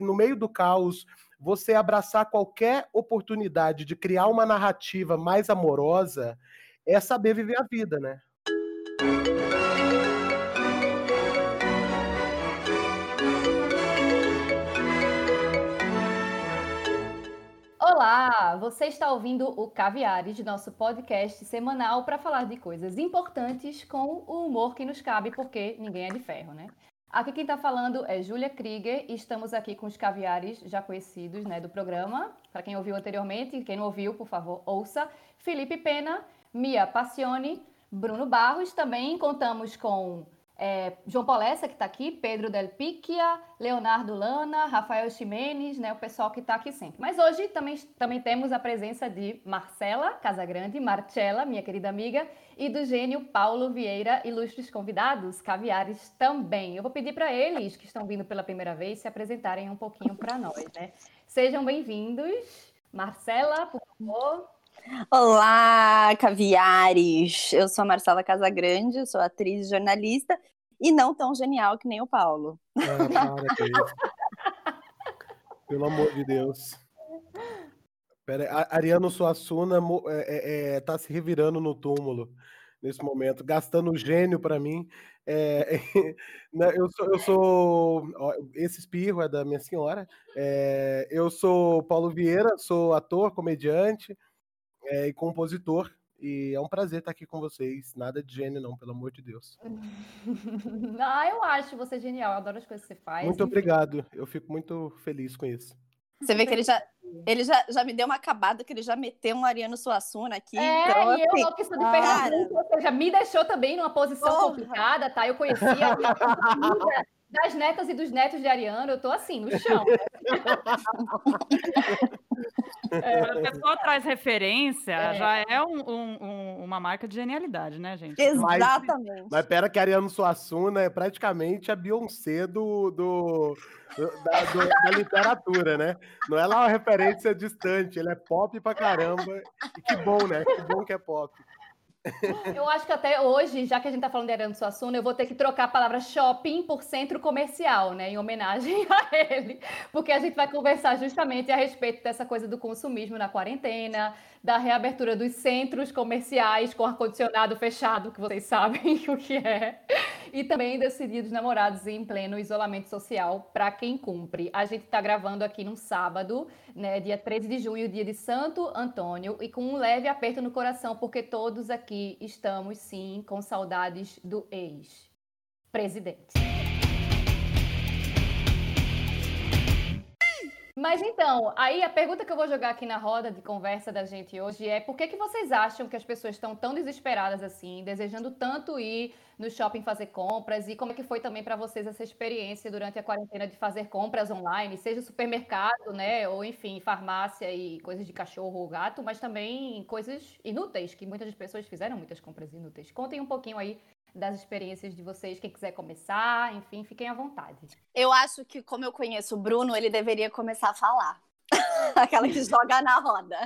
no meio do caos, você abraçar qualquer oportunidade de criar uma narrativa mais amorosa, é saber viver a vida, né? Olá, você está ouvindo o Caviares, nosso podcast semanal para falar de coisas importantes com o humor que nos cabe, porque ninguém é de ferro, né? Aqui quem está falando é Júlia Krieger e estamos aqui com os caviares já conhecidos, né, do programa. Para quem ouviu anteriormente, quem não ouviu, por favor, ouça. Felipe Pena, Mia Passione, Bruno Barros. Também contamos com João Polessa, que está aqui, Pedro Del Picchia, Leonardo Lana, Rafael Ximenes, né, o pessoal que está aqui sempre. Mas hoje também temos a presença de Marcela Casagrande, Marcella, minha querida amiga, e do gênio Paulo Vieira, ilustres convidados, caviares também. Eu vou pedir para eles, que estão vindo pela primeira vez, se apresentarem um pouquinho para nós, né? Sejam bem-vindos. Marcela, por favor. Olá, caviares! Eu sou a Marcela Casagrande, sou atriz e jornalista e não tão genial que nem o Paulo. Para, Deus. Pelo amor de Deus. Pera, Ariano Suassuna tá se revirando no túmulo nesse momento, gastando o gênio para mim. Eu sou esse espirro é da minha senhora. Eu sou Paulo Vieira, sou ator, comediante e compositor. E é um prazer estar aqui com vocês. Nada de gênio, não, pelo amor de Deus. Eu acho você genial. Eu adoro as coisas que você faz. Muito obrigado. Eu fico muito feliz com isso. Você vê que ele já me deu uma acabada, que ele já meteu um Ariano Suassuna aqui. Então, e eu, opção de pergunta, ou seja, me deixou também numa posição complicada, tá? Eu conhecia das netas e dos netos de Ariano, eu tô assim, no chão. Quando a pessoa traz referência, já é uma marca de genialidade, né, gente? Exatamente. Mas pera que Ariano Suassuna é praticamente a Beyoncé da literatura, né? Não é lá uma referência distante, ele é pop pra caramba. E que bom, né? Que bom que é pop. Eu acho que até hoje, já que a gente tá falando de Ariano Suassuna, eu vou ter que trocar a palavra shopping por centro comercial, né? Em homenagem a ele. Porque a gente vai conversar justamente a respeito dessa coisa do consumismo na quarentena, da reabertura dos centros comerciais com ar-condicionado fechado, que vocês sabem o que é. E também desse Dia dos Namorados em pleno isolamento social para quem cumpre. A gente tá gravando aqui num sábado, né? Dia 13 de junho, dia de Santo Antônio, e com um leve aperto no coração, porque todos aqui estamos, sim, com saudades do ex-presidente. Mas então, aí a pergunta que eu vou jogar aqui na roda de conversa da gente hoje é: por que vocês acham que as pessoas estão tão desesperadas assim, desejando tanto ir no shopping fazer compras? E como é que foi também para vocês essa experiência durante a quarentena de fazer compras online, seja supermercado, né, ou enfim, farmácia e coisas de cachorro ou gato, mas também coisas inúteis, que muitas pessoas fizeram muitas compras inúteis. Contem um pouquinho aí das experiências de vocês, quem quiser começar, enfim, fiquem à vontade. Eu acho que, como eu conheço o Bruno, ele deveria começar a falar. Aquela que joga na roda.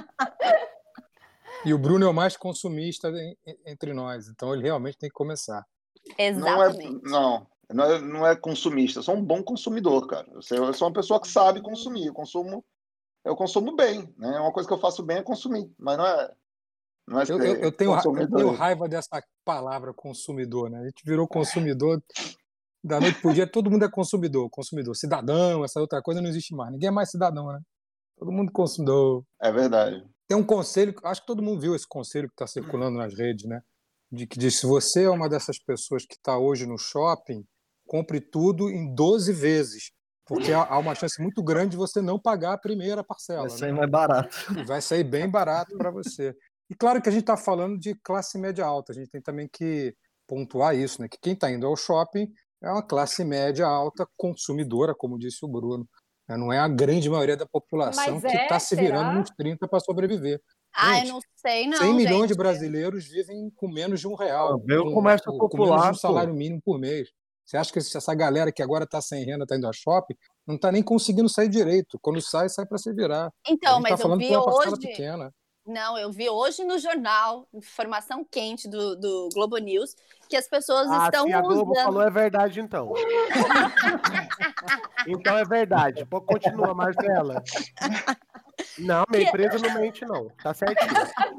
E o Bruno é o mais consumista entre nós, então ele realmente tem que começar. Exatamente. Não é consumista, eu sou um bom consumidor, cara. Eu sou uma pessoa que sabe consumir, eu consumo bem, né? Uma coisa que eu faço bem é consumir, mas não é eu tenho raiva dessa palavra consumidor, né? A gente virou consumidor da noite pro dia, todo mundo é consumidor. Cidadão, essa outra coisa não existe mais. Ninguém é mais cidadão, né? Todo mundo consumidor. É verdade. Tem um conselho, acho que todo mundo viu esse conselho que está circulando nas redes, né? Que diz: se você é uma dessas pessoas que está hoje no shopping, compre tudo em 12 vezes. Porque há uma chance muito grande de você não pagar a primeira parcela. Vai sair mais barato. E vai sair bem barato para você. E claro que a gente está falando de classe média alta, a gente tem também que pontuar isso, né? Que quem está indo ao shopping é uma classe média alta consumidora, como disse o Bruno. Não é a grande maioria da população que está se virando nos 30 para sobreviver. Eu não sei, não. 100 milhões de brasileiros vivem com menos de R$1. Veio o comércio popular. Com menos de um salário mínimo por mês. Você acha que essa galera que agora está sem renda, está indo ao shopping, não está nem conseguindo sair direito. Quando sai para se virar. Então, mas eu vi hoje... Pequena. Não, eu vi hoje no jornal, informação quente do Globo News, que as pessoas estão se a Globo usando... falou, é verdade, então. Então é verdade. Continua, Marcela. Não, minha empresa não mente, não. Tá certinho.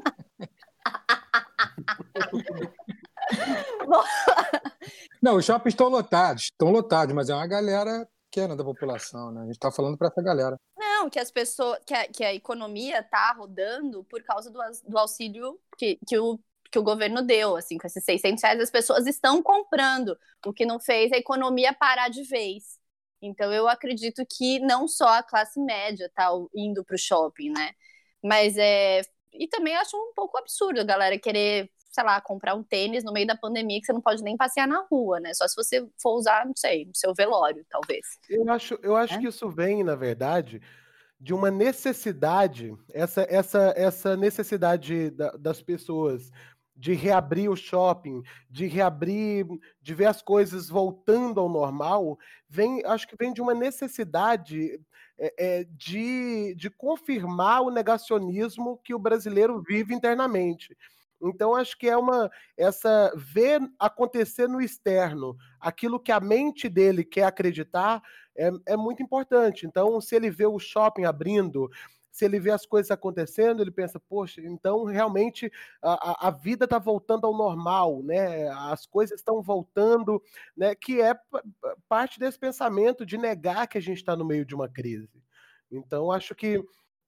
Não, os shoppings estão lotados, mas é uma galera pequena da população, né? A gente está falando para essa galera. Não, que as pessoas, que a economia tá rodando por causa do auxílio que o governo deu, assim, com esses R$600, as pessoas estão comprando, o que não fez a economia parar de vez. Então, eu acredito que não só a classe média tá indo pro shopping, né? Mas e também acho um pouco absurdo a galera querer, sei lá, comprar um tênis no meio da pandemia que você não pode nem passear na rua, né? Só se você for usar, não sei, no seu velório, talvez. Eu acho que isso vem, na verdade, de uma necessidade, essa necessidade das pessoas de reabrir o shopping, de ver as coisas voltando ao normal, acho que vem de uma necessidade de confirmar o negacionismo que o brasileiro vive internamente. Então, acho que ver acontecer no externo aquilo que a mente dele quer acreditar é muito importante. Então, se ele vê o shopping abrindo, se ele vê as coisas acontecendo, ele pensa, poxa, então realmente a vida está voltando ao normal, né? As coisas estão voltando, né? Que é parte desse pensamento de negar que a gente está no meio de uma crise. Então, acho que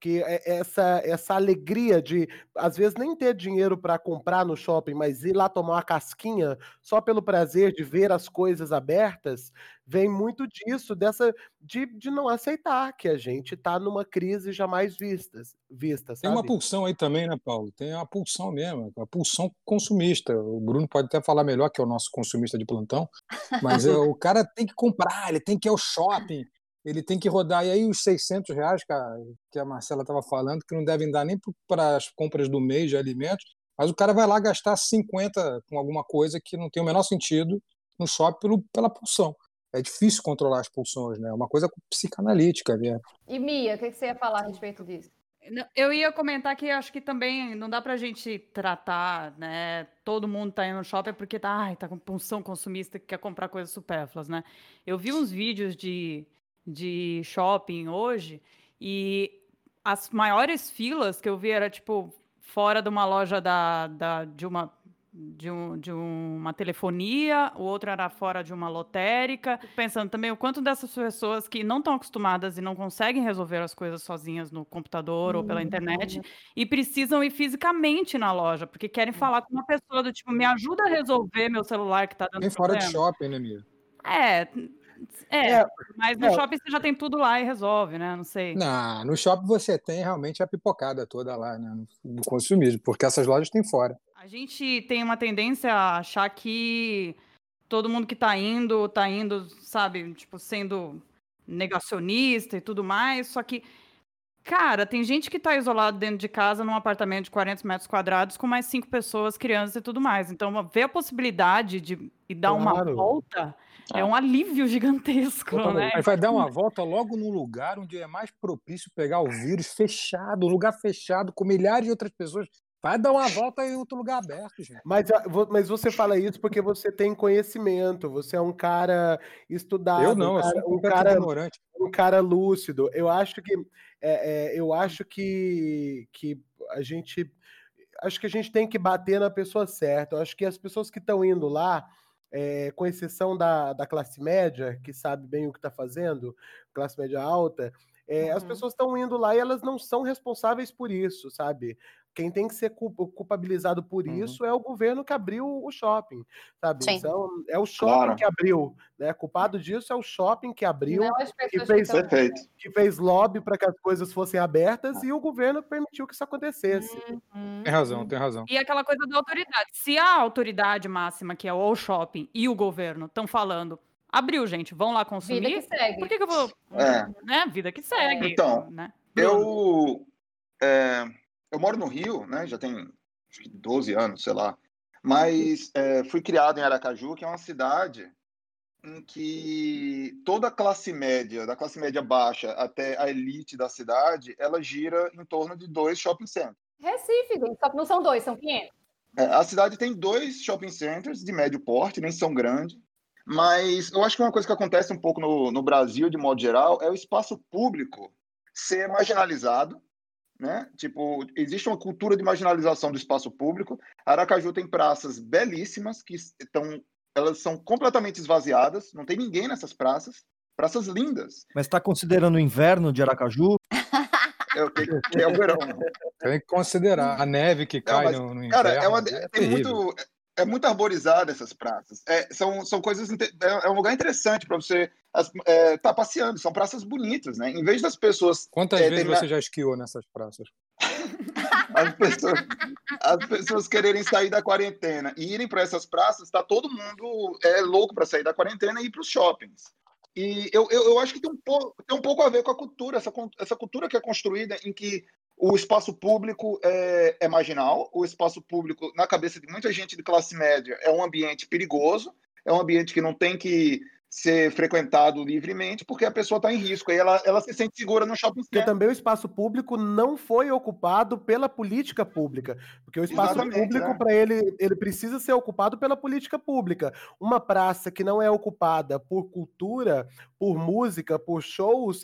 essa alegria de, às vezes, nem ter dinheiro para comprar no shopping, mas ir lá tomar uma casquinha só pelo prazer de ver as coisas abertas, vem muito disso, de não aceitar que a gente está numa crise jamais vista, sabe? Tem uma pulsão aí também, né, Paulo? Tem uma pulsão mesmo, a pulsão consumista. O Bruno pode até falar melhor, que é o nosso consumista de plantão, mas o cara tem que comprar, ele tem que ir ao shopping, ele tem que rodar. E aí os R$600 que a Marcela estava falando, que não devem dar nem para as compras do mês de alimentos, mas o cara vai lá gastar 50 com alguma coisa que não tem o menor sentido no shopping pela pulsão. É difícil controlar as pulsões, né? É uma coisa psicanalítica mesmo. E Mia, o que você ia falar a respeito disso? Eu ia comentar que acho que também não dá pra gente tratar, né? Todo mundo tá indo no shopping porque tá com pulsão consumista que quer comprar coisas supérfluas, né? Eu vi uns vídeos de shopping hoje e as maiores filas que eu vi era tipo fora de uma loja de uma telefonia, o outro era fora de uma lotérica. Pensando também o quanto dessas pessoas que não estão acostumadas e não conseguem resolver as coisas sozinhas no computador ou pela internet e precisam ir fisicamente na loja, porque querem falar com uma pessoa do tipo, me ajuda a resolver meu celular que tá dando Tem fora problema. de shopping, né, Mia? Mas no shopping você já tem tudo lá e resolve, né? Não sei. Não, no shopping você tem realmente a pipocada toda lá, né, do consumismo, porque essas lojas tem fora. A gente tem uma tendência a achar que todo mundo que tá indo, sabe, tipo, sendo negacionista e tudo mais, só que, cara, tem gente que tá isolado dentro de casa num apartamento de 40 metros quadrados com mais 5 pessoas, crianças e tudo mais. Então, ver a possibilidade de dar uma volta é um alívio gigantesco, né? Mas vai dar uma volta logo num lugar onde é mais propício pegar o vírus fechado, um lugar fechado, com milhares de outras pessoas. Vai dar uma volta em outro lugar aberto, gente. Mas você fala isso porque você tem conhecimento, você é um cara estudado. Eu não, eu sou um cara ignorante. Um cara lúcido. Eu acho que a gente tem que bater na pessoa certa. Eu acho que as pessoas que estão indo lá, com exceção da classe média, que sabe bem o que está fazendo, classe média alta, as pessoas estão indo lá e elas não são responsáveis por isso, sabe? Quem tem que ser culpabilizado por isso é o governo que abriu o shopping, sabe? Sim. Então, é o shopping que abriu, né? Culpado disso é o shopping que abriu, que fez lobby para que as coisas fossem abertas e o governo permitiu que isso acontecesse. Tem razão. E aquela coisa da autoridade. Se a autoridade máxima, que é o shopping e o governo, estão falando, abriu, gente, vão lá consumir. Vida que segue. Por que eu vou... Né? Vida que segue. Então, né? Eu moro no Rio, né? Já tem acho que 12 anos, sei lá. Mas fui criado em Aracaju, que é uma cidade em que toda a classe média, da classe média baixa até a elite da cidade, ela gira em torno de 2 shopping centers. Recife, gente, só que não são 2, são 500. A cidade tem 2 shopping centers de médio porte, nem são grandes, mas eu acho que uma coisa que acontece um pouco no Brasil, de modo geral, é o espaço público ser marginalizado, né? Tipo, existe uma cultura de marginalização do espaço público. Aracaju tem praças belíssimas elas são completamente esvaziadas, não tem ninguém nessas praças lindas. Mas está considerando o inverno de Aracaju? É o verão. Tem que considerar a neve que cai no inverno. Cara, terrível. é muito arborizada essas praças. São coisas. É um lugar interessante para você estar passeando. São praças bonitas, né? Em vez das pessoas. Quantas vezes você já esquiou nessas praças? As pessoas quererem sair da quarentena e irem para essas praças, tá todo mundo louco para sair da quarentena e ir para os shoppings. E eu acho que tem um pouco a ver com a cultura, essa cultura que é construída em que o espaço público é marginal, o espaço público, na cabeça de muita gente de classe média, é um ambiente perigoso, é um ambiente que não tem que ser frequentado livremente, porque a pessoa está em risco, aí ela se sente segura no shopping center. Porque também o espaço público não foi ocupado pela política pública, porque o espaço público, para ele precisa ser ocupado pela política pública. Uma praça que não é ocupada por cultura, por música, por shows,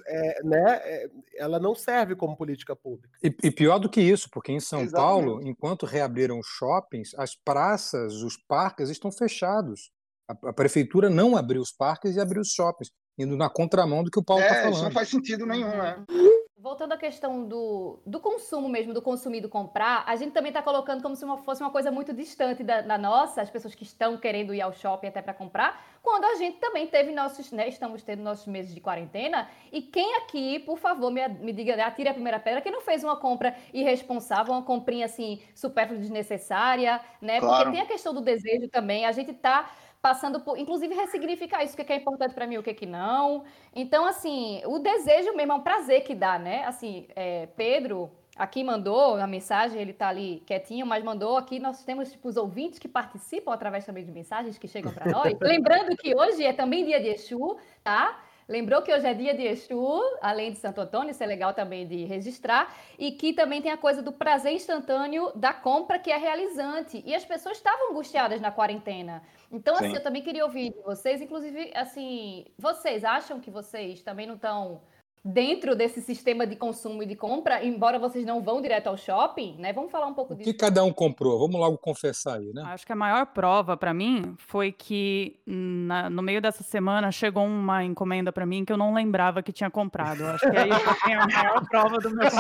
ela não serve como política pública. E pior do que isso, porque em São Paulo, enquanto reabriram os shoppings, as praças, os parques estão fechados. A prefeitura não abriu os parques e abriu os shoppings, indo na contramão do que o Paulo está falando. Isso não faz sentido nenhum, né? Voltando à questão do consumo mesmo, do consumir, do comprar, a gente também está colocando como se fosse uma coisa muito distante da nossa, as pessoas que estão querendo ir ao shopping até para comprar, quando a gente também teve estamos tendo nossos meses de quarentena, e quem aqui, por favor, me diga, atire a primeira pedra, quem não fez uma compra irresponsável, uma comprinha assim, supérflua, desnecessária, né? Claro. Porque tem a questão do desejo também, a gente está passando por, inclusive, ressignificar isso, o que é importante para mim, o que não. Então, assim, o desejo mesmo é um prazer que dá, né? Assim, Pedro aqui mandou a mensagem, ele tá ali quietinho, mas mandou aqui, nós temos tipo, os ouvintes que participam através também de mensagens que chegam para nós. Lembrando que hoje é também dia de Exu, tá? Lembrou que hoje é dia de Exu, além de Santo Antônio, isso é legal também de registrar, e que também tem a coisa do prazer instantâneo da compra, que é realizante. E as pessoas estavam angustiadas na quarentena. Então, assim, eu também queria ouvir de vocês, inclusive, assim, vocês acham que vocês também não estão dentro desse sistema de consumo e de compra, embora vocês não vão direto ao shopping, né? Vamos falar um pouco disso. O que cada um comprou? Vamos logo confessar aí, né? Acho que a maior prova para mim foi que no meio dessa semana chegou uma encomenda para mim que eu não lembrava que tinha comprado. Acho que aí foi a maior prova do meu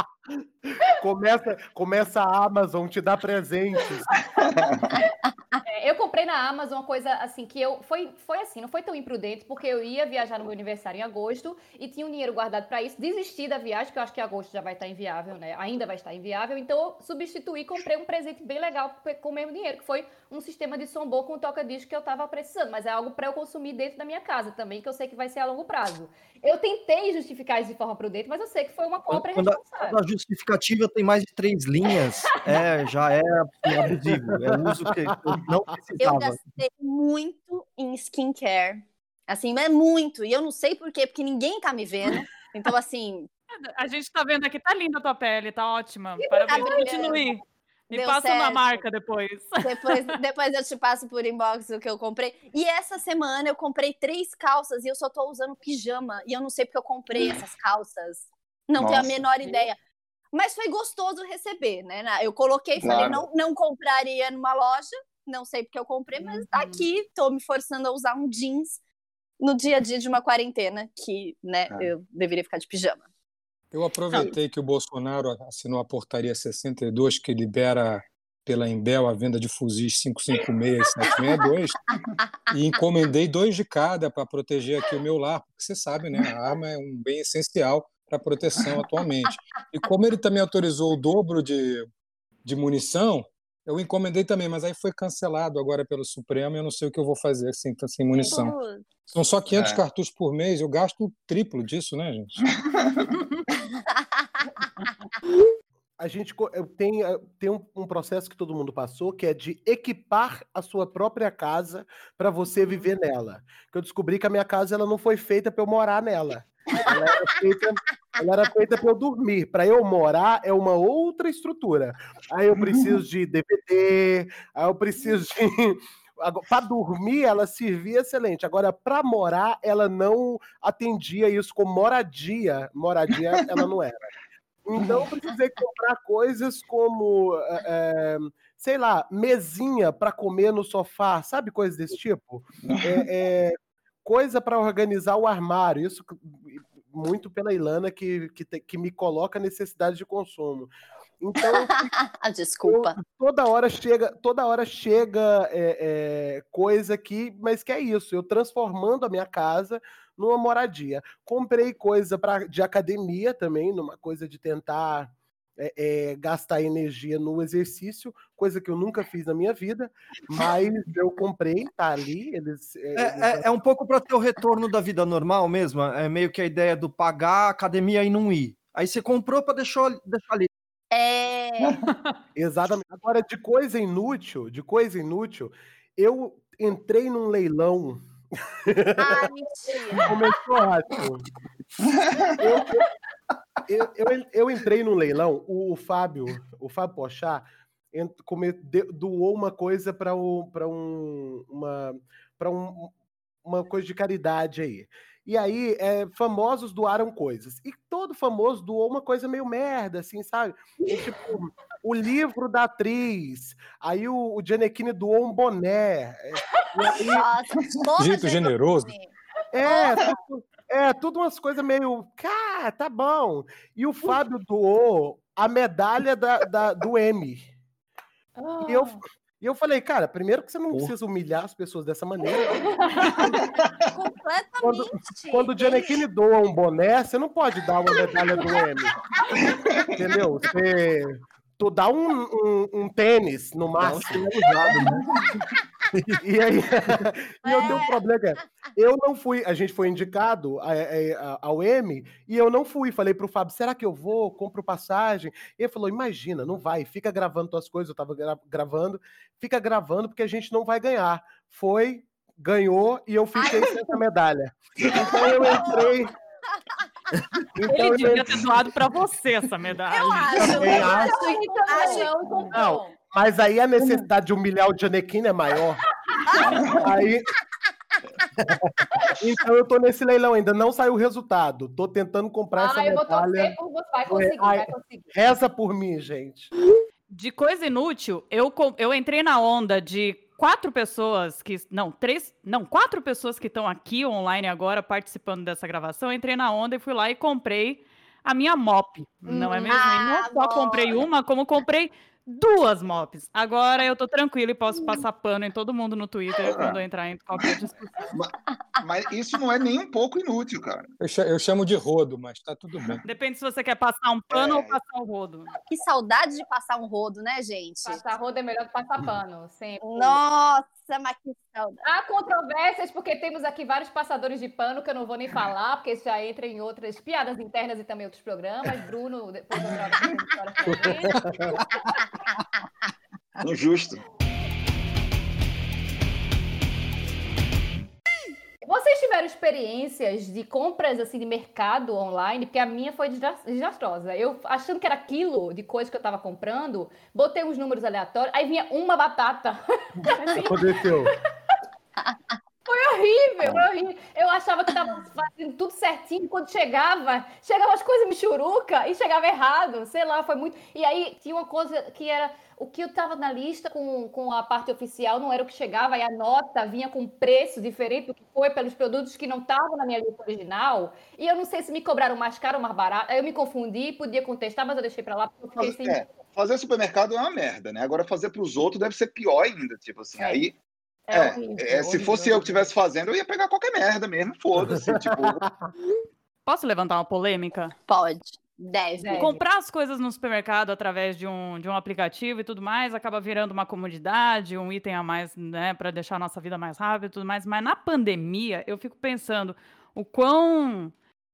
Começa a Amazon te dar presentes. Eu comprei na Amazon uma coisa assim que foi assim, não foi tão imprudente, porque eu ia viajar no meu aniversário em agosto e tinha um dinheiro guardado para isso, desisti da viagem, porque eu acho que agosto já vai estar inviável, né? Ainda vai estar inviável, então eu substituí, comprei um presente bem legal com o mesmo dinheiro, que foi um sistema de som bom com toca-disco que eu estava precisando, mas é algo para eu consumir dentro da minha casa também, que eu sei que vai ser a longo prazo. Eu tentei justificar isso de forma prudente, mas eu sei que foi uma compra irresponsável. Quando a justificativa tem mais de 3 linhas, já é abusivo, é um uso que eu não precisava. Eu gastei muito em skincare, assim, mas muito, e eu não sei por quê, porque ninguém tá me vendo, então assim... A gente tá vendo aqui, tá linda a tua pele, tá ótima, parabéns, continue. Me passa uma marca depois. Depois eu te passo por inbox o que eu comprei. E essa semana eu comprei 3 calças e eu só tô usando pijama. E eu não sei porque eu comprei essas calças. Não tenho a menor ideia. Mas foi gostoso receber, né? Eu coloquei, falei, não compraria numa loja. Não sei porque eu comprei, mas tá aqui. Tô me forçando a usar um jeans no dia a dia de uma quarentena que, né, eu deveria ficar de pijama. Eu aproveitei que o Bolsonaro assinou a portaria 62, que libera pela Embel a venda de fuzis 556 e 762, e encomendei 2 de cada para proteger aqui o meu lar, porque você sabe, né, a arma é um bem essencial para proteção atualmente. E como ele também autorizou o dobro de munição, eu encomendei também, mas aí foi cancelado agora pelo Supremo e eu não sei o que eu vou fazer sem munição. São só 500 cartuchos por mês, eu gasto o triplo disso, né, gente? A gente tem um processo que todo mundo passou, que é de equipar a sua própria casa para você viver nela. Que eu descobri que a minha casa ela não foi feita para eu morar nela. Ela era feita para eu dormir. Para eu morar é uma outra estrutura. Aí eu preciso de DVD, aí eu preciso de... Para dormir, ela servia excelente. Agora, para morar, ela não atendia isso como moradia. Moradia, ela não era. Então, eu precisei comprar coisas como, sei lá, mesinha para comer no sofá, sabe? Coisas desse tipo. Coisa para organizar o armário. Isso muito pela Ilana, que me coloca a necessidade de consumo. Então, Desculpa. toda hora chega coisa aqui, mas que é isso, eu transformando a minha casa numa moradia. Comprei coisa de academia também, numa coisa de tentar gastar energia no exercício, coisa que eu nunca fiz na minha vida, mas eu comprei, tá ali. É um pouco para ter o retorno da vida normal mesmo, é meio que a ideia do pagar a academia e não ir. Aí você comprou para deixar ali. Exatamente. Agora, de coisa inútil, eu entrei num leilão. Mentira. Começou ótimo. Eu entrei num leilão, o Fábio Pochá doou uma coisa para uma coisa de caridade aí. E aí, famosos doaram coisas. E todo famoso doou uma coisa meio merda, assim, sabe? Tipo, o livro da atriz. Aí o Gianecchini doou um boné. Jeito generoso. Tudo umas coisas meio... Cara, tá bom. E o Fábio doou a medalha do Emmy. E eu falei, cara, primeiro que você não precisa humilhar as pessoas dessa maneira. Completamente. Quando o Gianecchini doa um boné, você não pode dar uma medalha do Emmy. Entendeu? Tu dá um tênis no máximo. E aí, eu tenho um problema. Eu não fui, a gente foi indicado ao Emmy, e eu não fui. Falei pro Fábio, será que eu vou? Compro passagem. E ele falou, imagina, não vai, fica gravando tuas coisas. Eu tava gravando, fica gravando porque a gente não vai ganhar. Foi, ganhou, e eu fiquei sem essa medalha. Então eu entrei... Ele devia ter doado pra você essa medalha. Eu acho. Não, mas aí a necessidade de humilhar o Gianecchini é maior. Aí... Então eu tô nesse leilão ainda, não saiu o resultado. Tô tentando comprar essa medalha. Eu vou torcer por você, vai conseguir. Reza por mim, gente. De coisa inútil, eu entrei na onda de 4 pessoas quatro pessoas que estão aqui online agora participando dessa gravação. Eu entrei na onda e fui lá e comprei a minha mop, não é mesmo? E não só comprei uma, como comprei 2 mops. Agora eu tô tranquilo e posso passar pano em todo mundo no Twitter quando eu entrar em qualquer discussão. Mas isso não é nem um pouco inútil, cara. Eu chamo de rodo, mas tá tudo bem. Depende se você quer passar um pano ou passar um rodo. Que saudade de passar um rodo, né, gente? Passar rodo é melhor que passar pano, sempre. Nossa, mas que saudade. Há controvérsias, porque temos aqui vários passadores de pano, que eu não vou nem falar, porque isso já entra em outras piadas internas e também outros programas. Bruno, depois outra hora tem história pra gente. Injusto. Vocês tiveram experiências de compras assim de mercado online? Porque a minha foi desastrosa. Eu, achando que era quilo de coisa que eu tava comprando, botei uns números aleatórios, aí vinha uma batata. Aconteceu. Foi horrível. Eu achava que tava fazendo tudo certinho, quando chegava as coisas michuruca e chegava errado, sei lá, foi muito... E aí tinha uma coisa que era... O que eu tava na lista com a parte oficial não era o que chegava, e a nota vinha com preço diferente do que foi pelos produtos que não estavam na minha lista original, e eu não sei se me cobraram mais caro ou mais barato, aí eu me confundi, podia contestar, mas eu deixei pra lá, porque eu fiquei sem... Fazer supermercado é uma merda, né? Agora fazer pros outros deve ser pior ainda, tipo assim, aí... se fosse eu que estivesse fazendo, eu ia pegar qualquer merda mesmo, foda-se. Tipo... Posso levantar uma polêmica? Pode, deve. Comprar as coisas no supermercado através de um aplicativo e tudo mais acaba virando uma comodidade, um item a mais, né, para deixar a nossa vida mais rápida e tudo mais. Mas na pandemia, eu fico pensando o quão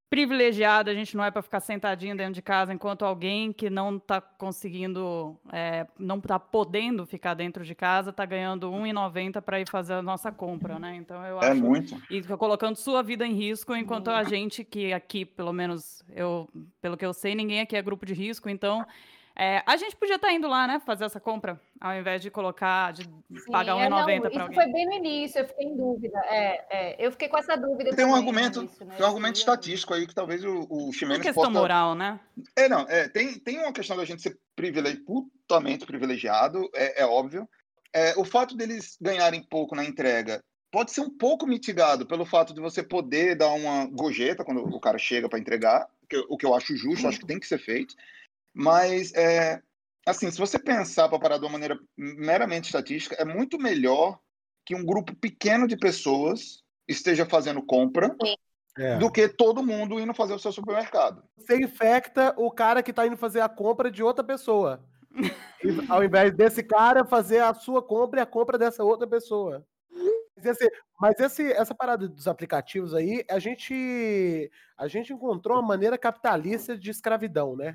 privilegiado, a gente não é para ficar sentadinho dentro de casa, enquanto alguém que não está conseguindo, não está podendo ficar dentro de casa, está ganhando R$1,90 para ir fazer a nossa compra, né? Então eu É acho, muito. e colocando sua vida em risco, enquanto a gente que aqui, pelo menos pelo que eu sei, ninguém aqui é grupo de risco, então a gente podia estar indo lá, né, fazer essa compra, ao invés de pagar R$1,90 para isso alguém. foi bem no início, eu fiquei em dúvida. Eu fiquei com essa dúvida Tem um também argumento, no início, né? tem um argumento Se ia mesmo. estatístico aí que talvez o Uma Ximenes questão possa... moral, né? Tem uma questão da gente ser putamente privilegiado, é óbvio. O fato deles ganharem pouco na entrega pode ser um pouco mitigado pelo fato de você poder dar uma gorjeta quando o cara chega para entregar, o que eu acho justo, acho que tem que ser feito. Mas, assim, se você pensar para parar de uma maneira meramente estatística, é muito melhor que um grupo pequeno de pessoas esteja fazendo compra do que todo mundo indo fazer o seu supermercado. Você infecta o cara que está indo fazer a compra de outra pessoa. Ao invés desse cara fazer a sua compra e a compra dessa outra pessoa. Mas essa parada dos aplicativos aí, a gente encontrou uma maneira capitalista de escravidão, né?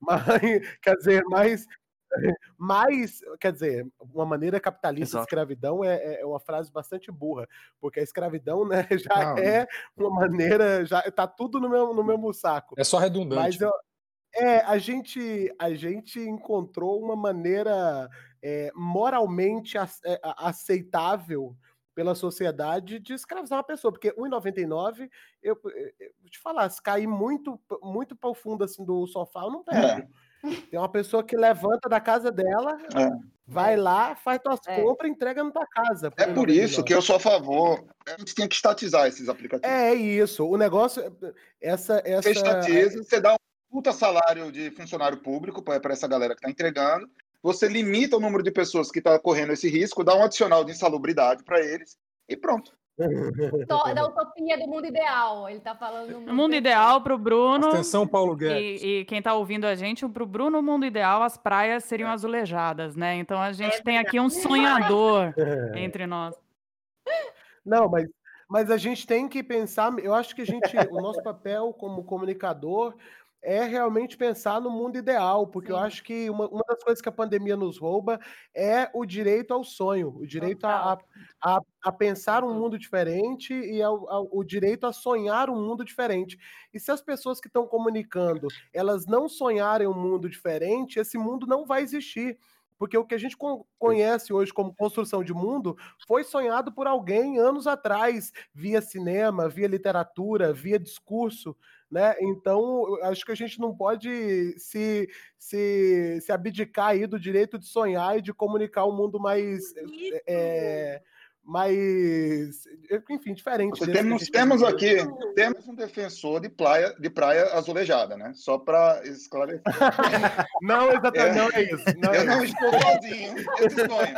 Quer dizer, uma maneira capitalista de escravidão é uma frase bastante burra, porque a escravidão, né, é uma maneira, já tá tudo no mesmo saco. É só redundante. Mas a gente encontrou uma maneira moralmente aceitável pela sociedade de escravizar uma pessoa, porque R$1,99, eu vou te falar, se cair muito para o fundo assim, do sofá, eu não pego. Tem uma pessoa que levanta da casa dela, vai lá, faz tuas compras e entrega na tua casa. É por isso que eu sou a favor. A gente tem que estatizar esses aplicativos. É isso. O negócio... Você estatiza, você dá um puta salário de funcionário público para essa galera que está entregando. Você limita o número de pessoas que está correndo esse risco, dá um adicional de insalubridade para eles e pronto. Da utopia do mundo ideal. Ele tá falando do mundo ideal para o Bruno. Atenção, Paulo Guedes. E quem está ouvindo a gente, para o Bruno, o mundo ideal, as praias seriam azulejadas, né? Então a gente tem aqui um sonhador entre nós. Não, mas a gente tem que pensar. Eu acho que o nosso papel como comunicador é realmente pensar no mundo ideal, porque eu acho que uma das coisas que a pandemia nos rouba é o direito ao sonho, o direito a pensar um mundo diferente e o direito a sonhar um mundo diferente. E se as pessoas que estão comunicando, elas não sonharem um mundo diferente, esse mundo não vai existir. Porque o que a gente conhece hoje como construção de mundo foi sonhado por alguém anos atrás, via cinema, via literatura, via discurso, né? Então, acho que a gente não pode se abdicar aí do direito de sonhar e de comunicar um mundo mais enfim, diferente. Temos um defensor de praia azulejada, né? Só para esclarecer. Não, exatamente, não é isso. Eu não estou sozinho nesse sonho.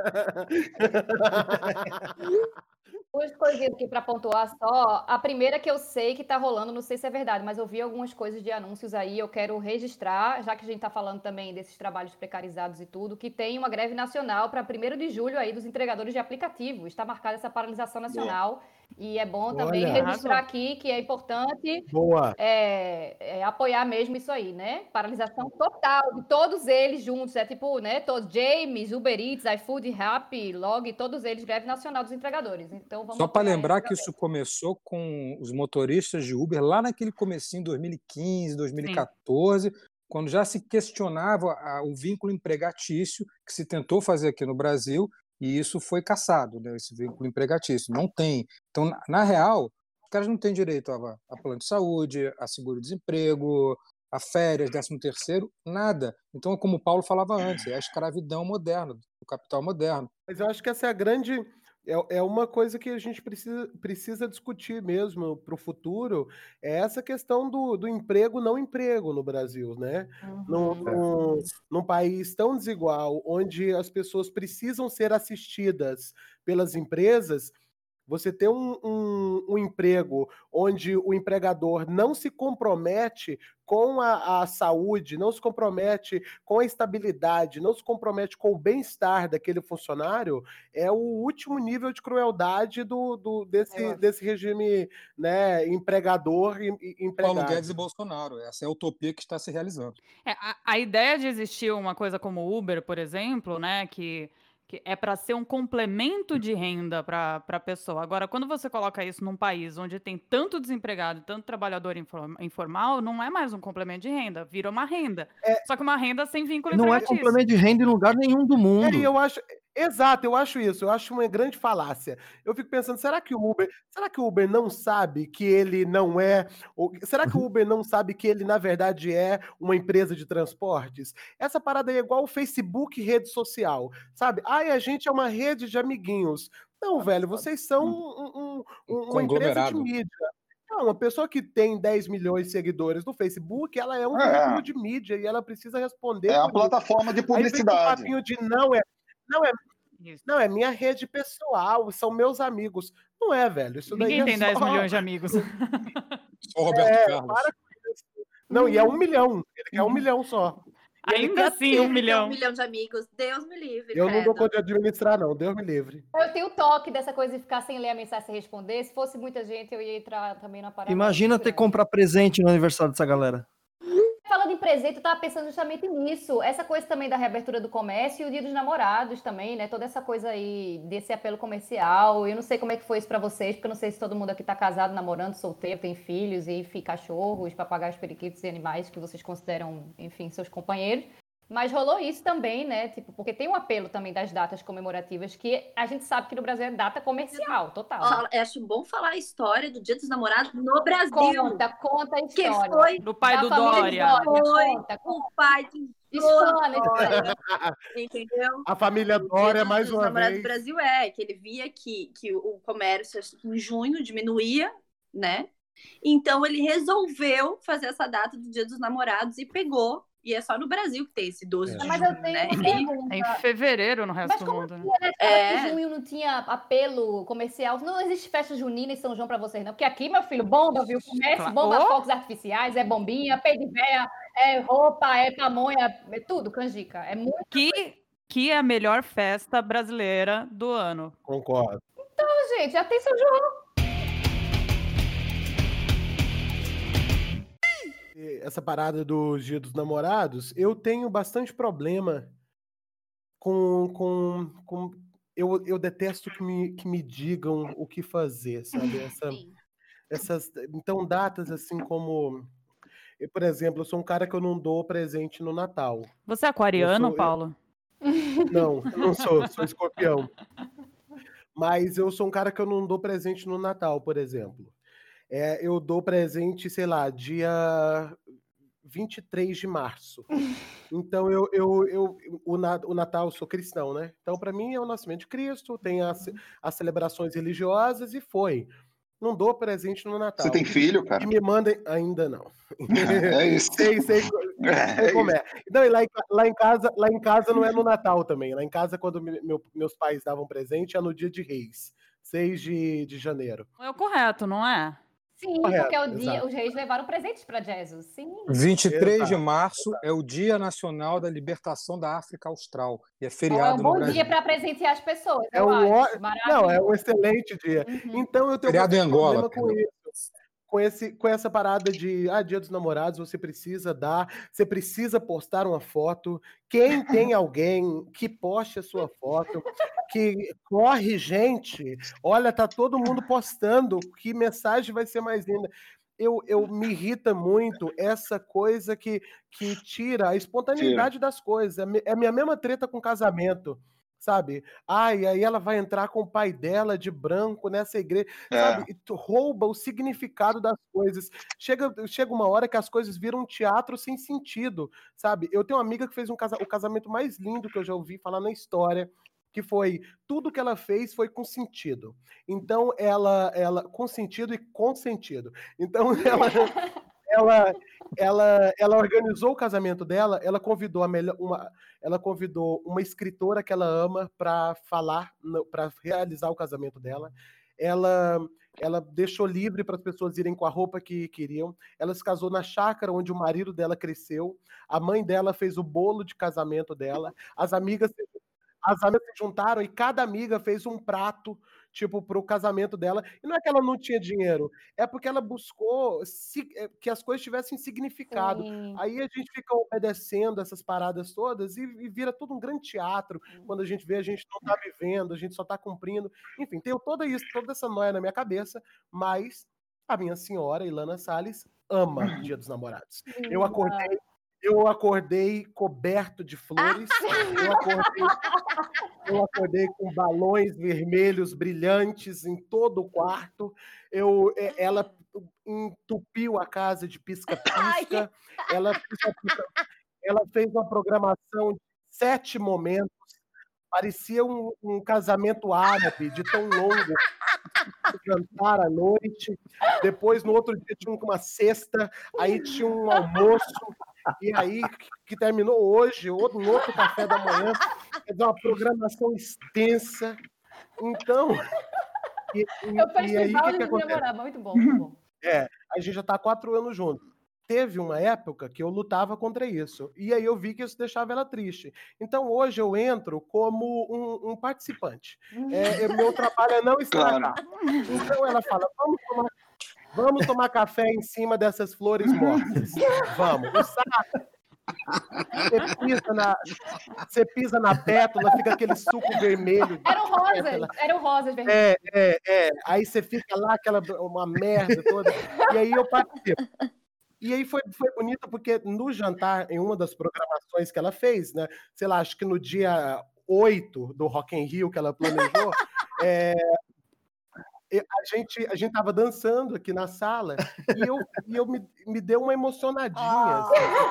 Duas coisinhas aqui para pontuar só. A primeira que eu sei que tá rolando, não sei se é verdade, mas eu vi algumas coisas de anúncios aí, eu quero registrar, já que a gente tá falando também desses trabalhos precarizados e tudo, que tem uma greve nacional para 1º de julho aí dos entregadores de aplicativos. Está marcada essa paralisação nacional. E é bom também registrar aqui que é importante apoiar mesmo isso aí, né? Paralisação total de todos eles juntos. Tipo, né? Todos, James, Uber Eats, iFood, Rappi, Log, todos eles, greve nacional dos entregadores. Então, vamos só para lembrar que isso começou com os motoristas de Uber lá naquele comecinho, 2015, 2014, quando já se questionava o vínculo empregatício que se tentou fazer aqui no Brasil. E isso foi cassado, né? Esse vínculo empregatício. Não tem. Então, na real, os caras não têm direito a plano de saúde, a seguro-desemprego, a férias, 13º, nada. Então, como o Paulo falava antes, é a escravidão moderna, o capital moderno. Mas eu acho que essa é a grande... É uma coisa que a gente precisa discutir mesmo para o futuro, é essa questão do emprego não emprego no Brasil, né? Num país tão desigual, onde as pessoas precisam ser assistidas pelas empresas, Você ter um emprego onde o empregador não se compromete com a saúde, não se compromete com a estabilidade, não se compromete com o bem-estar daquele funcionário, é o último nível de crueldade desse regime, né, empregador e Paulo empregado. Guedes e Bolsonaro. Essa é a utopia que está se realizando. A ideia de existir uma coisa como o Uber, por exemplo, né, que é para ser um complemento de renda para a pessoa. Agora, quando você coloca isso num país onde tem tanto desempregado, tanto trabalhador informal, não é mais um complemento de renda, vira uma renda. Só que uma renda sem vínculo Não é empregatício. complemento de renda em lugar nenhum do mundo. Eu acho, exato, eu acho isso. Eu acho uma grande falácia. Eu fico pensando, será que o Uber não sabe que ele não é, será que o Uber não sabe que ele na verdade é uma empresa de transportes? Essa parada aí é igual o Facebook, rede social, sabe? Ai, a gente é uma rede de amiguinhos. Não, velho, vocês são uma empresa de Conglomerado. mídia. Não, uma pessoa que tem 10 milhões de seguidores no Facebook, ela é um veículo de mídia e ela precisa responder É a por isso. plataforma de Aí vem com o publicidade. papinho de não, é minha rede pessoal, são meus amigos. Não é, velho. Isso daí Ninguém tem é 10 só... milhões de amigos. Só o Roberto Carlos. Para com isso. Não, e é 1 milhão. Ele quer 1 milhão só. E ele Ainda quer assim, ter. 1 Ele tem milhão. 1 milhão de amigos. Deus me livre, Eu não dou credo. conta de administrar, não. Deus me livre. Eu tenho toque dessa coisa de ficar sem ler a mensagem sem responder. Se fosse muita gente, eu ia entrar também na parada. Imagina ter que comprar presente no aniversário dessa galera. Falando em presente, eu tava pensando justamente nisso. Essa coisa também da reabertura do comércio e o Dia dos Namorados também, né? Toda essa coisa aí desse apelo comercial. Eu não sei como é que foi isso pra vocês, porque eu não sei se todo mundo aqui tá casado, namorando, solteiro, tem filhos, e enfim, cachorros, papagaios, periquitos e animais que vocês consideram, enfim, seus companheiros. Mas rolou isso também, né? Tipo, porque tem um apelo também das datas comemorativas que a gente sabe que no Brasil é data comercial, total. Eu acho bom falar a história do Dia dos Namorados no Brasil. Conta a Que história. foi Do pai Da do família Dória. Dória. Conta. o pai de Explana. entendeu? A família Dória, mais dos uma namorados vez. do Brasil que ele via que o comércio em junho diminuía, né? Então ele resolveu fazer essa data do Dia dos Namorados e pegou. E é só no Brasil que tem esse 12 de Mas junho, eu tenho né? uma pergunta. É em fevereiro no resto Mas do como mundo, né? que era que junho não tinha apelo comercial? Não existe festa junina em São João pra vocês, não. Porque aqui, meu filho, bomba, viu? Comércio, Claro. bomba, Oh! fogos artificiais, é bombinha, pé de véia, é roupa, é pamonha, é tudo, canjica. É muito, Que é a melhor festa brasileira do ano. Concordo. gente. Já tem São João. Essa parada do Dia dos Namorados, eu tenho bastante problema com eu detesto que me digam o que fazer, sabe? Então, datas assim como... por exemplo, eu sou um cara que eu não dou presente no Natal. Você é aquariano, Paulo? Não, eu não sou escorpião. Mas eu sou um cara que eu não dou presente no Natal, por exemplo. Eu dou presente, sei lá, dia 23 de março. Então, o Natal, eu sou cristão, né? Então, para mim, é o nascimento de Cristo, tem as celebrações religiosas e foi. Não dou presente no Natal. Você tem filho, cara? E me mandem... Ainda não. É isso. Sei como é. Não, e lá em casa não é no Natal também. Lá em casa, quando meus pais davam presente, é no dia de Reis. 6 de janeiro. É o correto, não é? Sim, Correto, porque é o dia, exato. os reis levaram presentes para Jesus. Sim. 23 de Exato. março é o Dia Nacional da Libertação da África Austral. E é Então, é feriado um no bom Brasil. dia para presentear as pessoas. É eu um acho. Não, é um excelente dia. Então eu tenho Feriado em bastante Angola, problema com isso. Com essa parada de Dia dos Namorados, você precisa postar uma foto. Quem tem alguém que poste a sua foto, que corre, gente, olha, tá todo mundo postando, que mensagem vai ser mais linda. Eu me irrita muito essa coisa que tira a espontaneidade das coisas. É a minha mesma treta com casamento, sabe? E aí ela vai entrar com o pai dela de branco nessa igreja, sabe? E tu rouba o significado das coisas. Chega uma hora que as coisas viram um teatro sem sentido, sabe? Eu tenho uma amiga que fez o casamento mais lindo que eu já ouvi falar na história, que foi tudo que ela fez foi com sentido. Então, ela com sentido e com sentido. Então, ela organizou o casamento dela, ela convidou uma escritora que ela ama para falar, para realizar o casamento dela. ela deixou livre para as pessoas irem com a roupa que queriam. Ela se casou na chácara onde o marido dela cresceu. A mãe dela fez o bolo de casamento dela. As amigas se juntaram e cada amiga fez um prato, tipo, pro casamento dela. E não é que ela não tinha dinheiro, é porque ela buscou que as coisas tivessem significado. Sim. Aí a gente fica obedecendo essas paradas todas e vira tudo um grande teatro. Quando a gente vê, a gente não tá vivendo, a gente só tá cumprindo. Enfim, tenho toda essa noia na minha cabeça, mas a minha senhora, Ilana Salles, ama Dia dos Namorados. Eu acordei coberto de flores, eu acordei com balões vermelhos brilhantes em todo o quarto. Ela entupiu a casa de pisca-pisca. Ela fez uma programação de 7 momentos. Parecia um casamento árabe, de tão longo. Jantar à noite. Depois, no outro dia, tinha uma cesta. Aí tinha um almoço. E aí, que terminou hoje, um outro café da manhã, quer dizer, uma programação extensa. Então, É o festival de namorar, muito bom, muito bom. A gente já está há 4 anos juntos. Teve uma época que eu lutava contra isso. E aí eu vi que isso deixava ela triste. Então, hoje eu entro como um participante. Meu trabalho é não estragar. Então, ela fala, vamos tomar café em cima dessas flores mortas. Vamos. Você pisa na pétala, fica aquele suco vermelho. Eram rosas vermelhas. Aí você fica lá, uma merda toda. E aí eu participo. E aí foi bonito, porque no jantar, em uma das programações que ela fez, né? Sei lá, acho que no dia 8 do Rock in Rio que ela planejou, a gente tava dançando aqui na sala e eu me deu uma emocionadinha.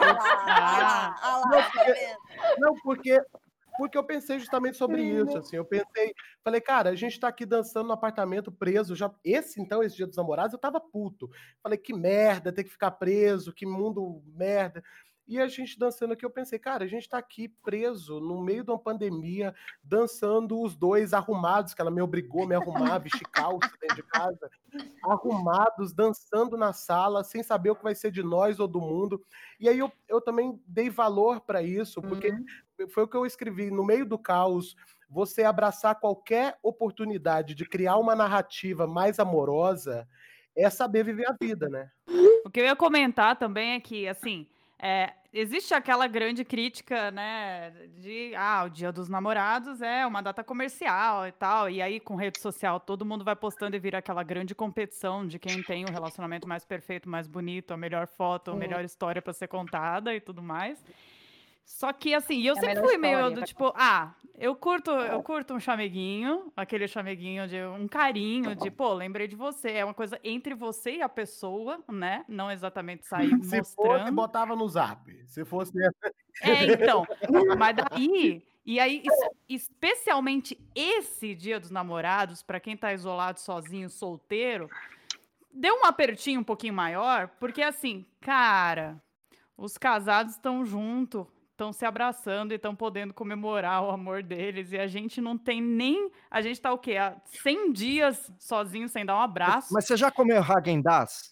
Porque eu pensei justamente sobre isso, assim, falei, cara, a gente tá aqui dançando no apartamento preso, esse Dia dos Namorados, eu tava puto. Falei, que merda, ter que ficar preso, que mundo merda. E a gente dançando aqui, eu pensei, cara, a gente tá aqui preso, no meio de uma pandemia, dançando os dois arrumados, que ela me obrigou a me arrumar, vestir calça dentro de casa, arrumados, dançando na sala, sem saber o que vai ser de nós ou do mundo. E aí eu também dei valor para isso, porque foi o que eu escrevi, no meio do caos, você abraçar qualquer oportunidade de criar uma narrativa mais amorosa, é saber viver a vida, né? O que eu ia comentar também é que, assim, existe aquela grande crítica, né, de, o Dia dos Namorados é uma data comercial e tal, e aí com rede social todo mundo vai postando e vira aquela grande competição de quem tem o relacionamento mais perfeito, mais bonito, a melhor foto, a melhor história para ser contada e tudo mais. Só que, assim, eu sempre fui meio do tipo, eu curto um chameguinho, aquele chameguinho de um carinho, de, lembrei de você. É uma coisa entre você e a pessoa, né? Não exatamente sair mostrando. Se fosse, botava no zap. Se fosse... então. Mas daí... E aí, especialmente esse Dia dos Namorados, pra quem tá isolado, sozinho, solteiro, deu um apertinho um pouquinho maior, porque, assim, cara, os casados estão juntos, estão se abraçando e estão podendo comemorar o amor deles. E a gente não tem nem... A gente tá o quê? Há 100 dias sozinho, sem dar um abraço. Mas você já comeu Häagen-Dazs?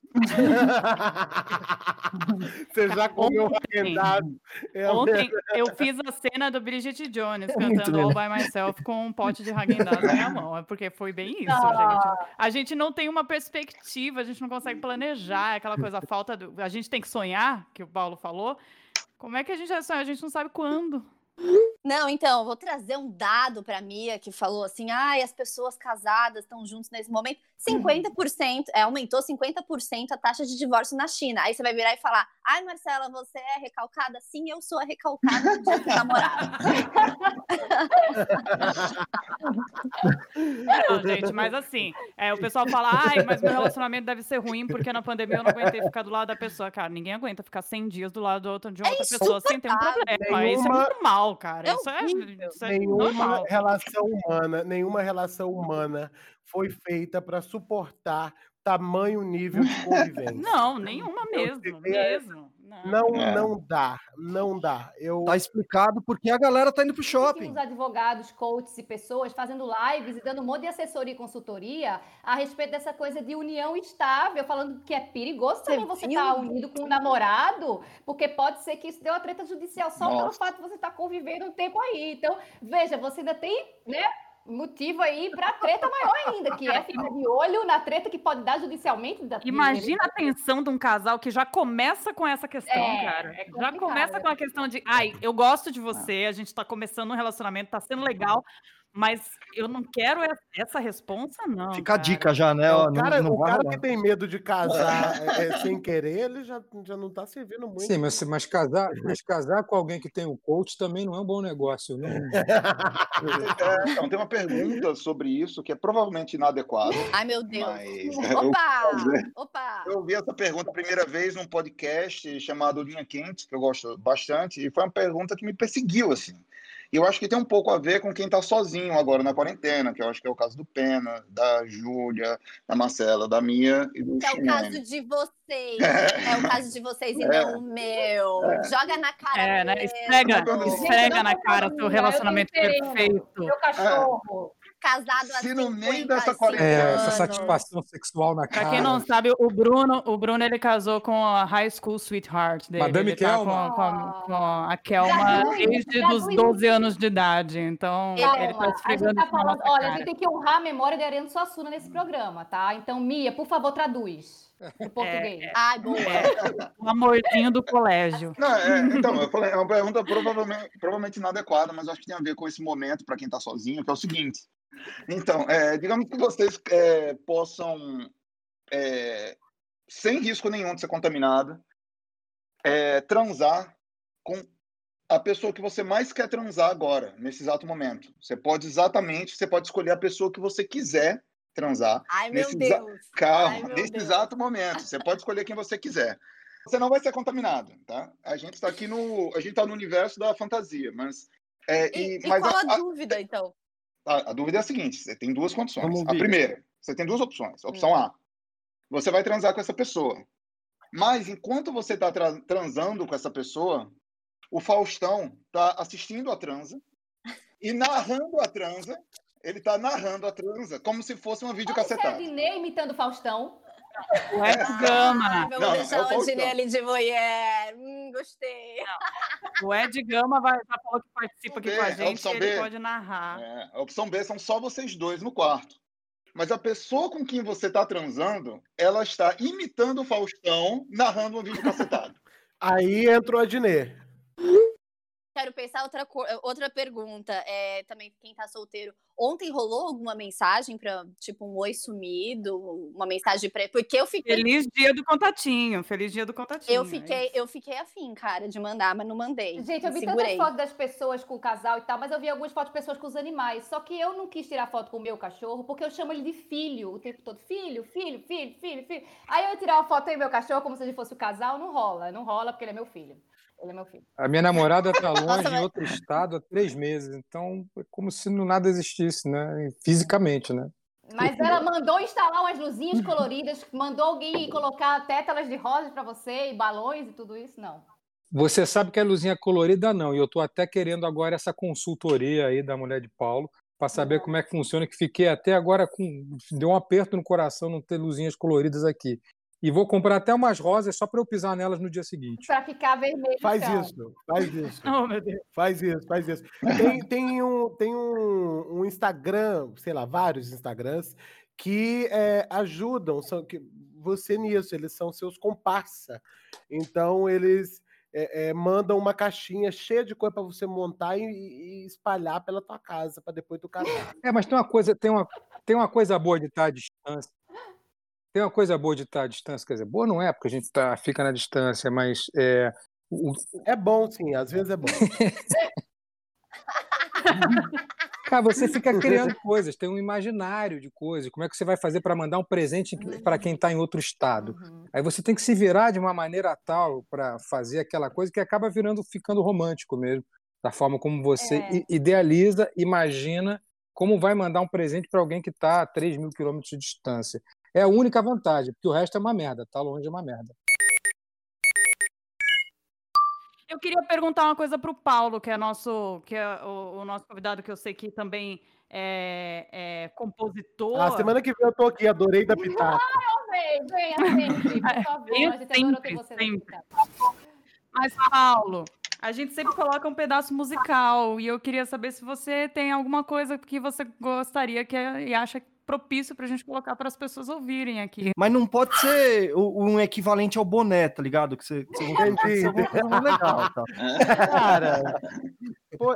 Você já comeu Häagen-Dazs? Ontem eu fiz a cena do Bridget Jones cantando All By Myself com um pote de Häagen-Dazs na minha mão. Porque foi bem isso, gente. A gente não tem uma perspectiva, a gente não consegue planejar. Aquela coisa, a gente tem que sonhar, que o Paulo falou. Como é que a gente vai sonhar? A gente não sabe quando. Não, então, eu vou trazer um dado para a Mia, que falou assim, as pessoas casadas estão juntos nesse momento. 50%, aumentou 50% a taxa de divórcio na China. Aí você vai virar e falar, Marcela, você é recalcada? Sim, eu sou a recalcada do Dia dos Namorados. Não, gente, mas assim, o pessoal fala, mas meu relacionamento deve ser ruim porque na pandemia eu não aguentei ficar do lado da pessoa. Cara, ninguém aguenta ficar 100 dias do lado de outra pessoa sem ter um problema. Isso é normal, cara. Isso é normal. Nenhuma relação humana foi feita para suportar tamanho nível de convivência. Não, nenhuma mesmo. Não dá. Tá explicado porque a galera tá indo pro Tem shopping. os advogados, coaches e pessoas fazendo lives e dando um monte de assessoria e consultoria a respeito dessa coisa de união estável, falando que é perigoso também você estar unido com um namorado, porque pode ser que isso dê uma treta judicial só pelo fato de você estar convivendo um tempo aí. Então, veja, você ainda tem, né, motivo aí para treta maior ainda, que é ficar de olho na treta que pode dar judicialmente. Imagina a tensão de um casal que já começa com essa questão, cara. Já começa com a questão de, eu gosto de você, a gente tá começando um relacionamento, tá sendo legal, mas eu não quero essa responsa, não. Fica a dica já, né? O cara que tem medo de casar sem querer, ele já não tá servindo muito. Sim, mas casar com alguém que tem um coach também não é um bom negócio. Não... Então, tem uma pergunta sobre isso que é provavelmente inadequada. Ai, meu Deus. Mas Opa! Eu ouvi essa pergunta a primeira vez num podcast chamado Linha Quente, que eu gosto bastante, e foi uma pergunta que me perseguiu, assim. E eu acho que tem um pouco a ver com quem está sozinho agora na quarentena, que eu acho que é o caso do Pena, da Júlia, da Marcela, da Mia e do É o caso de vocês. É o caso de vocês e não o meu. Joga na cara né? mesmo. Esfrega na cara seu relacionamento perfeito. Meu cachorro. Casado há Se no meio 55 dessa quarentena... anos. essa satisfação sexual na cara. Pra quem não sabe, o Bruno ele casou com a high school sweetheart dele. Madame ele tá Kelma. com a Kelma desde os 12 anos de idade. Então, ele tá esfregando a gente tá falando, nossa olha, cara. a gente tem que honrar a memória de Ariano Suassuna nesse programa, tá? Então, Mia, por favor, traduz pro português. Ai, boa. O amorzinho do colégio. Não, então, eu falei, é uma pergunta provavelmente inadequada, mas acho que tem a ver com esse momento para quem está sozinho, que é o seguinte. Então, digamos que vocês possam, sem risco nenhum de ser contaminado, transar com a pessoa que você mais quer transar agora, nesse exato momento. Você pode escolher a pessoa que você quiser transar. Ai, meu nesse Deus. nesse exato momento. Você pode escolher quem você quiser. Você não vai ser contaminado, tá? A gente está aqui no universo da fantasia, mas... Mas qual a dúvida, então? A dúvida é a seguinte, você tem duas condições. A primeira, você tem duas opções. Opção A, você vai transar com essa pessoa. Mas enquanto você está transando com essa pessoa, o Faustão está assistindo a transa e narrando a transa. Ele está narrando a transa como se fosse uma videocassetada. Você é Dinei imitando o Faustão? O Ed Gama. Vamos deixar o Dinei ali de voyeur. Gostei. O Ed Gama já falou que participa aqui com a gente e ele pode narrar. A opção B são só vocês dois no quarto. Mas a pessoa com quem você está transando, ela está imitando o Faustão, narrando uma videocassetada. Aí entrou a Dinê. Quero pensar outra pergunta. Também quem tá solteiro. Ontem rolou alguma mensagem pra, tipo, um oi sumido? Uma mensagem pra... Porque eu fiquei... Feliz dia do contatinho. Eu fiquei afim, cara, de mandar, mas não mandei. Gente, eu vi tantas fotos das pessoas com o casal e tal, mas eu vi algumas fotos de pessoas com os animais. Só que eu não quis tirar foto com o meu cachorro, porque eu chamo ele de filho o tempo todo. Filho. Aí eu ia tirar uma foto aí do meu cachorro como se ele fosse o casal, não rola porque ele é meu filho. Ele é meu filho. A minha namorada está longe em outro estado há 3 meses, então é como se nada existisse, né? Fisicamente, né? Mas ela mandou instalar umas luzinhas coloridas, mandou alguém colocar tétalas de rosas para você e balões e tudo isso? Não. Você sabe que é luzinha colorida, não. E eu estou até querendo agora essa consultoria aí da Mulher de Paulo para saber como é que funciona, que fiquei até agora deu um aperto no coração não ter luzinhas coloridas aqui. E vou comprar até umas rosas só para eu pisar nelas no dia seguinte. Para ficar vermelho. Faz isso. Oh, meu Deus. Faz isso. Tem um Instagram, sei lá, vários Instagrams que ajudam você nisso. Eles são seus comparsa. Então, eles mandam uma caixinha cheia de coisa para você montar e espalhar pela tua casa para depois tu casar. Mas tem uma coisa boa de estar à distância. Tem uma coisa boa de estar à distância, quer dizer, boa não é, porque a gente fica na distância, mas... É bom, sim, às vezes é bom. Cara, você fica criando coisas, tem um imaginário de coisas, como é que você vai fazer para mandar um presente para quem está em outro estado. Aí você tem que se virar de uma maneira tal para fazer aquela coisa que acaba ficando romântico mesmo, da forma como você idealiza, imagina como vai mandar um presente para alguém que está a 3.000 quilômetros de distância. É a única vantagem, porque o resto é uma merda, tá longe é uma merda. Eu queria perguntar uma coisa para o Paulo, que é o nosso convidado, que eu sei que também é compositor. Semana que vem eu tô aqui, adorei da Pitaco. Venha sempre, por favor. A gente adorou ter você na Pitaco. Mas, Paulo, a gente sempre coloca um pedaço musical e eu queria saber se você tem alguma coisa que você gostaria e acha propício pra gente colocar para as pessoas ouvirem aqui. Mas não pode ser um equivalente ao boné, tá ligado? Que você Entendi. alguma coisa mais legal, tá? Cara, pô,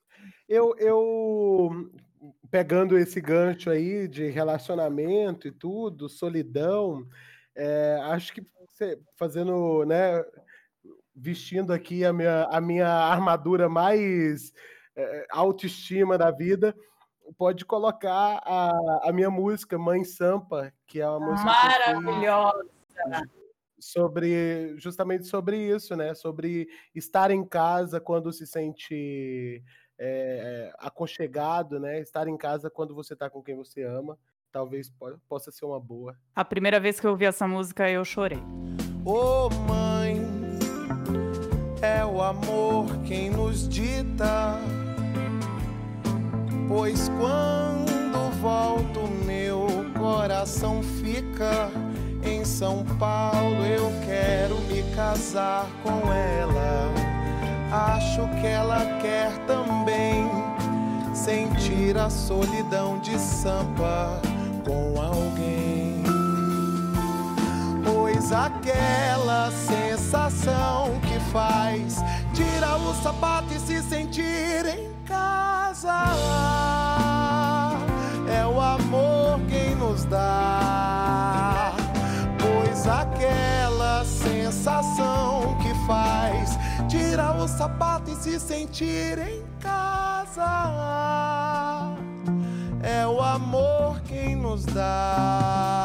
eu pegando esse gancho aí de relacionamento e tudo, solidão, acho que você fazendo, né, vestindo aqui a minha armadura mais autoestima da vida, pode colocar a minha música Mãe Sampa, que é uma música maravilhosa, justamente sobre isso, né? Sobre estar em casa quando se sente aconchegado, né? Estar em casa quando você está com quem você ama, talvez possa ser uma boa. A primeira vez que eu ouvi essa música, eu chorei. Ô mãe, é o amor quem nos dita, pois quando volto meu coração fica em São Paulo. Eu quero me casar com ela, acho que ela quer também sentir a solidão de Sampa com alguém, pois aquela sensação que faz tirar o sapato e se sentir em casa é o amor quem nos dá, pois aquela sensação que faz tirar o sapato e se sentir em casa é o amor quem nos dá.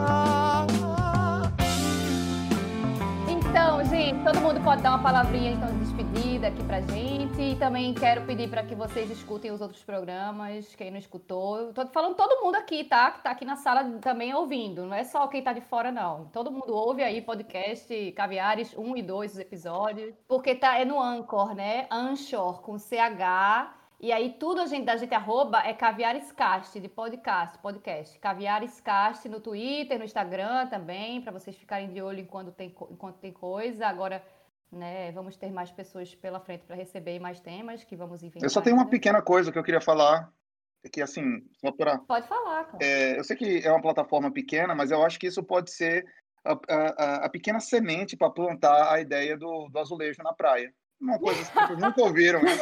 Então, gente, todo mundo pode dar uma palavrinha então de despedida aqui pra gente. E também quero pedir para que vocês escutem os outros programas, quem não escutou. Tô falando todo mundo aqui, tá? Que tá aqui na sala também ouvindo. Não é só quem tá de fora, não. Todo mundo ouve aí podcast Caviares 1 e 2, os episódios. Porque é no Anchor, né? Anchor, com CH. E aí tudo da gente arroba é Caviarescast, de podcast. Caviarescast no Twitter, no Instagram também, para vocês ficarem de olho enquanto tem coisa. Agora, né, vamos ter mais pessoas pela frente para receber mais temas que vamos inventar. Eu só tenho uma pequena coisa que eu queria falar, que assim, só para... Pode falar, cara. Eu sei que é uma plataforma pequena, mas eu acho que isso pode ser a pequena semente para plantar a ideia do azulejo na praia. Uma coisa que vocês nunca ouviram, né?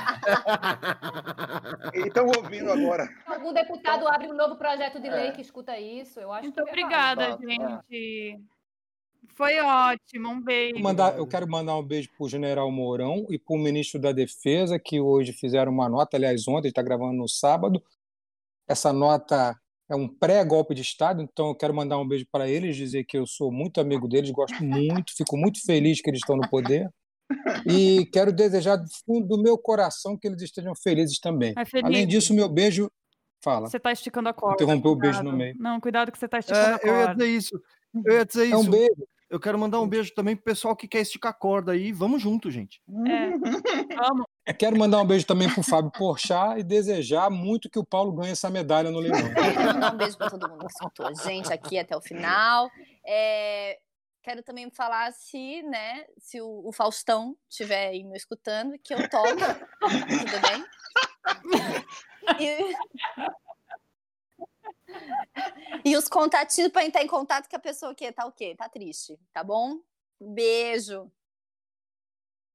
E estão ouvindo agora. Algum deputado abre um novo projeto de lei que escuta isso, eu acho. Muito obrigada, gente. Foi ótimo, um beijo. Eu quero mandar um beijo para o General Mourão e para o Ministro da Defesa, que hoje fizeram uma nota, aliás, ontem, está gravando no sábado. Essa nota é um pré-golpe de Estado, então eu quero mandar um beijo para eles, dizer que eu sou muito amigo deles, gosto muito, fico muito feliz que eles estão no poder. E quero desejar do fundo do meu coração que eles estejam felizes também. Além disso, meu beijo... Fala. Você está esticando a corda. Interrompeu o beijo no meio. Não, cuidado que você está esticando a corda. Eu ia dizer isso. É um beijo. Eu quero mandar um beijo também pro pessoal que quer esticar a corda aí. Vamos junto, gente. Vamos. Eu quero mandar um beijo também pro Fábio Porchat e desejar muito que o Paulo ganhe essa medalha no leilão. Quero mandar um beijo para todo mundo que escutou a gente aqui até o final. Quero também falar se o Faustão estiver aí me escutando, que eu toco. Tudo bem? E os contatinhos para entrar em contato com a pessoa que tá o quê? Tá triste, tá bom? Um beijo.